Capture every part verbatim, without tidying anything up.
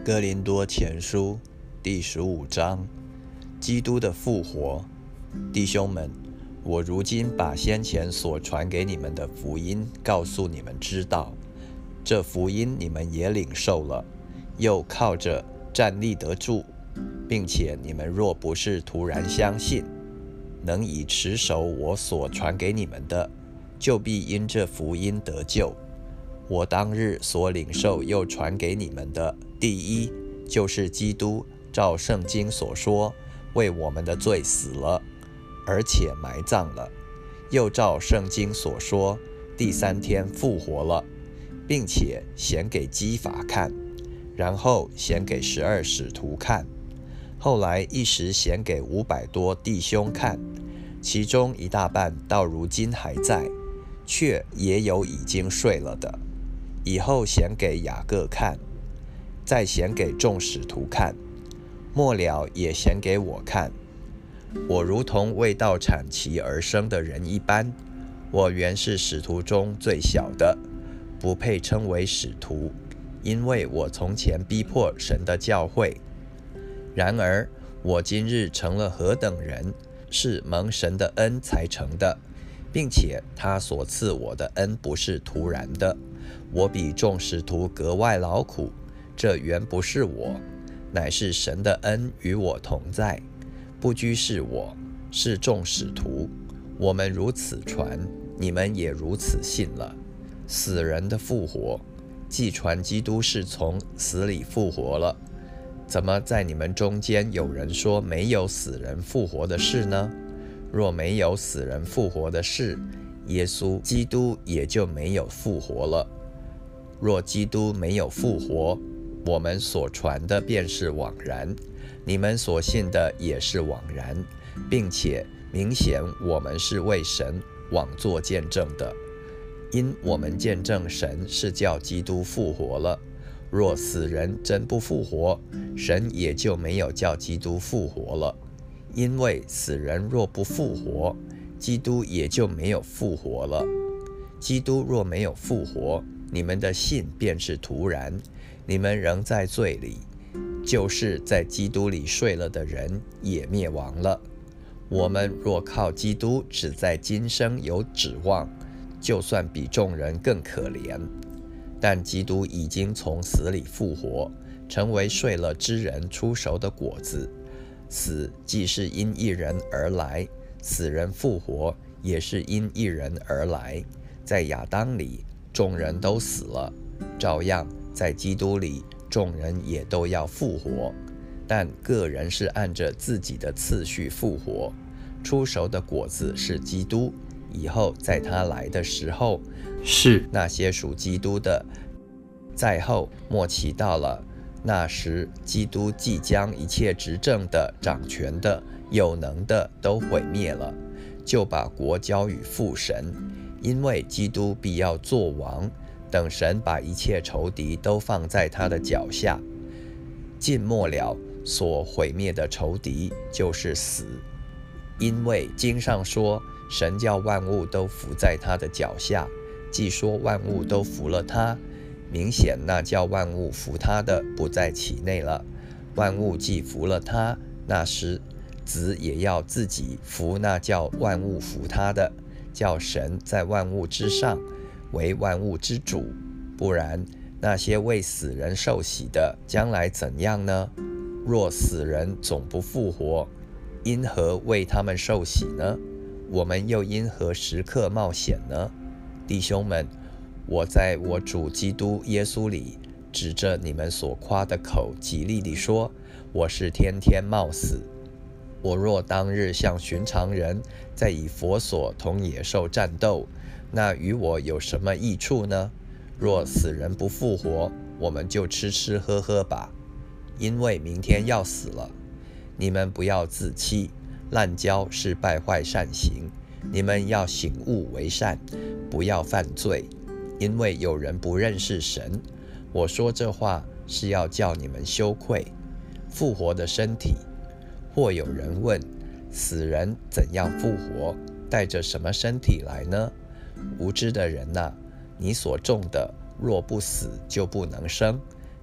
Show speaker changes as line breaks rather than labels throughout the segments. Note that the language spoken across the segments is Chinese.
哥林多前书第十五章，基督的复活。弟兄们，我如今把先前所传给你们的福音告诉你们知道，这福音你们也领受了，又靠着站立得住，并且你们若不是突然相信，能以持守我所传给你们的，就必因这福音得救。我当日所领受又传给你们的，第一就是基督照圣经所说，为我们的罪死了，而且埋葬了，又照圣经所说，第三天复活了，并且显给基法看，然后显给十二使徒看，后来一时显给五百多弟兄看，其中一大半到如今还在，却也有已经睡了的。以后显给雅各看，再显给众使徒看，末了也显给我看。我如同未到产期而生的人一般，我原是使徒中最小的，不配称为使徒，因为我从前逼迫神的教会。然而我今日成了何等人，是蒙神的恩才成的，并且他所赐我的恩不是突然的。我比众使徒格外劳苦，这原不是我，乃是神的恩与我同在。不拘是我，是众使徒。我们如此传，你们也如此信了。死人的复活，既传基督是从死里复活了，怎么在你们中间有人说没有死人复活的事呢？若没有死人复活的事，耶稣基督也就没有复活了。若基督没有复活，我们所传的便是枉然，你们所信的也是枉然，并且明显我们是为神枉作见证的。因我们见证神是叫基督复活了，若死人真不复活，神也就没有叫基督复活了。因为死人若不复活，基督也就没有复活了。基督若没有复活，你们的信便是徒然，你们仍在罪里，就是在基督里睡了的人也灭亡了。我们若靠基督只在今生有指望，就算比众人更可怜。但基督已经从死里复活，成为睡了之人出熟的果子。死既是因一人而来，死人复活也是因一人而来。在亚当里众人都死了，照样在基督里众人也都要复活，但个人是按着自己的次序复活。出熟的果子是基督，以后在他来的时候是那些属基督的。再后末期到了，那时基督既将一切执政的、掌权的、有能的都毁灭了，就把国交与父神，因为基督必要作王，等神把一切仇敌都放在他的脚下。尽末了，所毁灭的仇敌就是死，因为经上说，神叫万物都服在他的脚下。既说万物都服了他，明显那叫万物服他的不在其内了。万物既服了他，那时子也要自己服那叫万物服他的，叫神在万物之上，为万物之主。不然，那些为死人受洗的，将来怎样呢？若死人总不复活，因何为他们受洗呢？我们又因何时刻冒险呢？弟兄们，我在我主基督耶稣里，指着你们所夸的口，极力地说，我是天天冒死。我若当日像寻常人，在以弗所同野兽战斗，那与我有什么益处呢？若死人不复活，我们就吃吃喝喝吧，因为明天要死了。你们不要自欺，滥交是败坏善行，你们要醒悟为善，不要犯罪，因为有人不认识神。我说这话是要叫你们羞愧。复活的身体，或有人问，死人怎样复活，带着什么身体来呢？无知的人哪，你所种的若不死就不能生，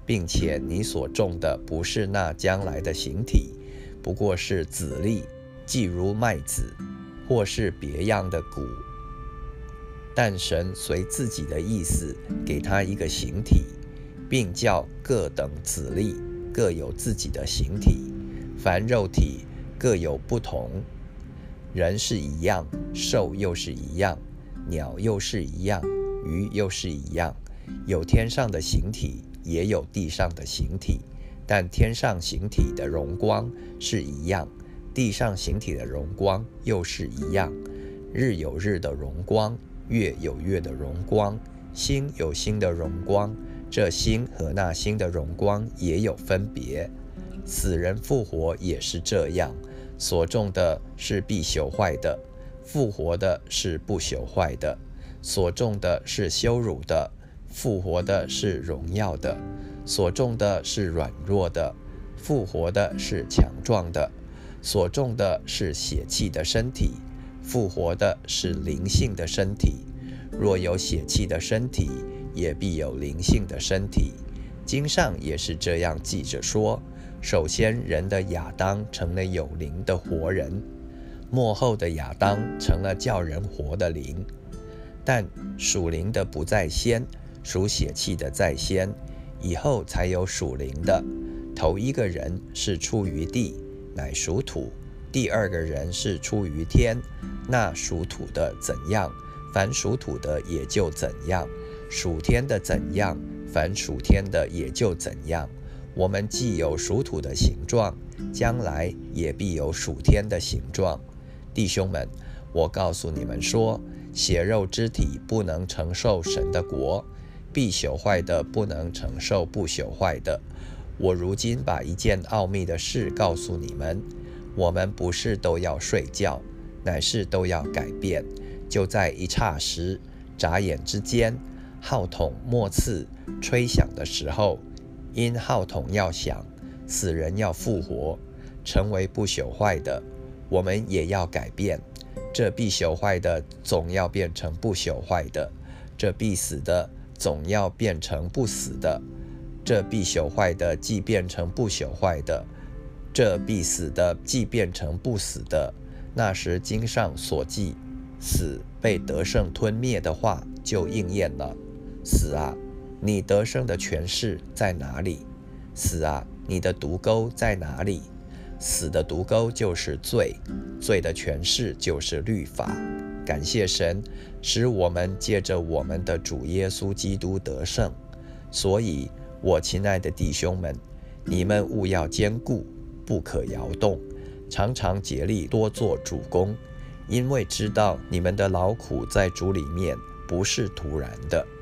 并且你所种的不是那将来的形体，不过是籽粒，既如麦子，或是别样的谷。但神随自己的意思给他一个形体，并叫各等籽粒各有自己的形体，凡肉体各有不同。人是一样，兽又是一样，鸟又是一样，鱼又是一样，有天上的形体，也有地上的形体，但天上形体的荣光是一样，地上形体的荣光又是一样。日有日的荣光，月有月的荣光，星有星的荣光，这星和那星的荣光也有分别。死人复活也是这样，所种的是必朽坏的，复活的是不朽坏的；所种的是羞辱的，复活的是荣耀的；所种的是软弱的，复活的是强壮的；所种的是血气的身体，复活的是灵性的身体。若有血气的身体，也必有灵性的身体。经上也是这样记着说，首先人的亚当成了有灵的活人，末后的亚当成了叫人活的灵。但属灵的不在先，属血气的在先，以后才有属灵的。头一个人是出于地，乃属土；第二个人是出于天，那属土的怎样，凡属土的也就怎样；属天的怎样，凡属天的也就怎样。我们既有属土的形状，将来也必有属天的形状。弟兄们，我告诉你们说，血肉之体不能承受神的国，必朽坏的不能承受不朽坏的。我如今把一件奥秘的事告诉你们，我们不是都要睡觉，乃是都要改变。就在一霎时，眨眼之间，号筒末次吹响的时候，因号筒要响，死人要复活，成为不朽坏的，我们也要改变。这必朽坏的总要变成不朽坏的，这必死的总要变成不死的。这必朽坏的既变成不朽坏的，这必死的既变成不死的。那时经上所记死被得胜吞灭的话就应验了。死啊，你得胜的权势在哪里？死啊，你的毒钩在哪里？死的毒钩就是罪，罪的权势就是律法。感谢神，使我们借着我们的主耶稣基督得胜。所以，我亲爱的弟兄们，你们务要坚固，不可摇动，常常竭力多做主工，因为知道你们的劳苦在主里面不是徒然的。